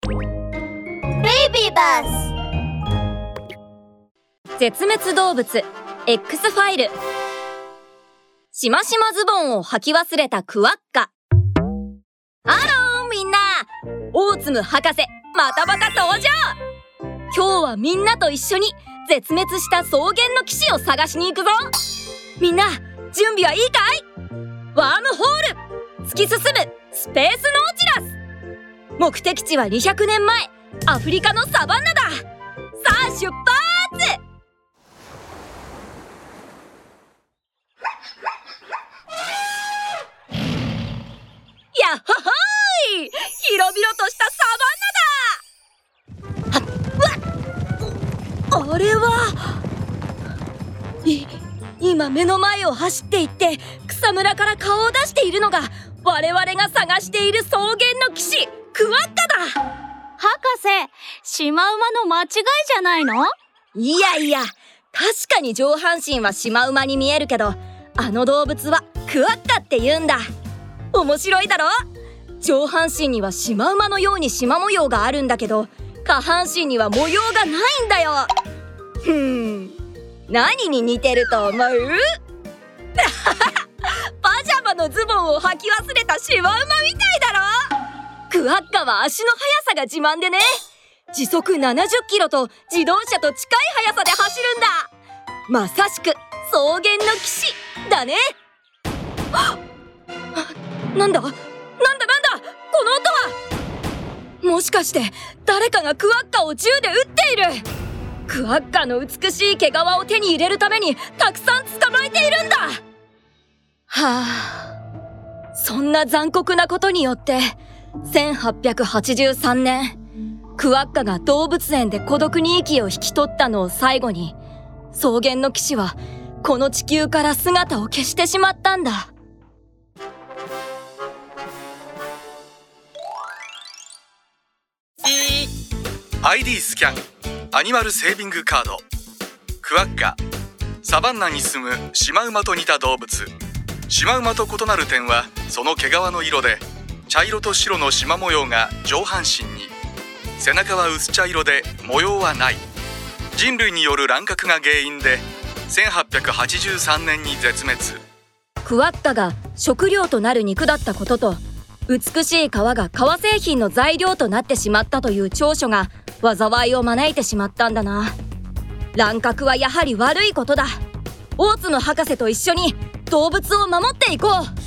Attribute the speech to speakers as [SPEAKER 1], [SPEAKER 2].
[SPEAKER 1] ベイビーバス。
[SPEAKER 2] 絶滅動物 X ファイル。しましまズボンを履き忘れたクワッカ。ハローみんな、オーツム博士またまた登場。今日はみんなと一緒に絶滅した草原の騎士を探しに行くぞ。みんな準備はいいかい？ワームホール、突き進むスペースノーチラス。目的地は200年前アフリカのサバンナだ。さあ出発！やっほほーい、広々としたサバンナだ。あれは今目の前を走っていって草むらから顔を出しているのが我々が探している草原の騎士クワッカだ。
[SPEAKER 1] 博士、シマウマの間違いじゃないの？
[SPEAKER 2] いやいや、確かに上半身はシマウマに見えるけど、あの動物はクワッカって言うんだ。面白いだろ？上半身にはシマウマのように縞模様があるんだけど、下半身には模様がないんだよ。何に似てると思う？パジャマのズボンを履き忘れたシマウマみたいだろ。クワッカは足の速さが自慢でね、時速70キロと自動車と近い速さで走るんだ。まさしく草原の騎士だね。なんだこの音は。もしかして誰かがクワッカを銃で撃っている。クワッカの美しい毛皮を手に入れるためにたくさん捕まえているんだ。そんな残酷なことによって1883年クワッカが動物園で孤独に息を引き取ったのを最後に、草原の騎士はこの地球から姿を消してしまったんだ。
[SPEAKER 3] ID スキャン、アニマルセービングカード。クワッカ、サバンナに住むシマウマと似た動物。シマウマと異なる点はその毛皮の色で、茶色と白の縞模様が上半身に、背中は薄茶色で模様はない。人類による乱獲が原因で1883年に絶滅。
[SPEAKER 2] クワッカが食料となる肉だったことと、美しい皮が革製品の材料となってしまったという長所が災いを招いてしまったんだな。乱獲はやはり悪いことだ。オーツム博士と一緒に動物を守っていこう。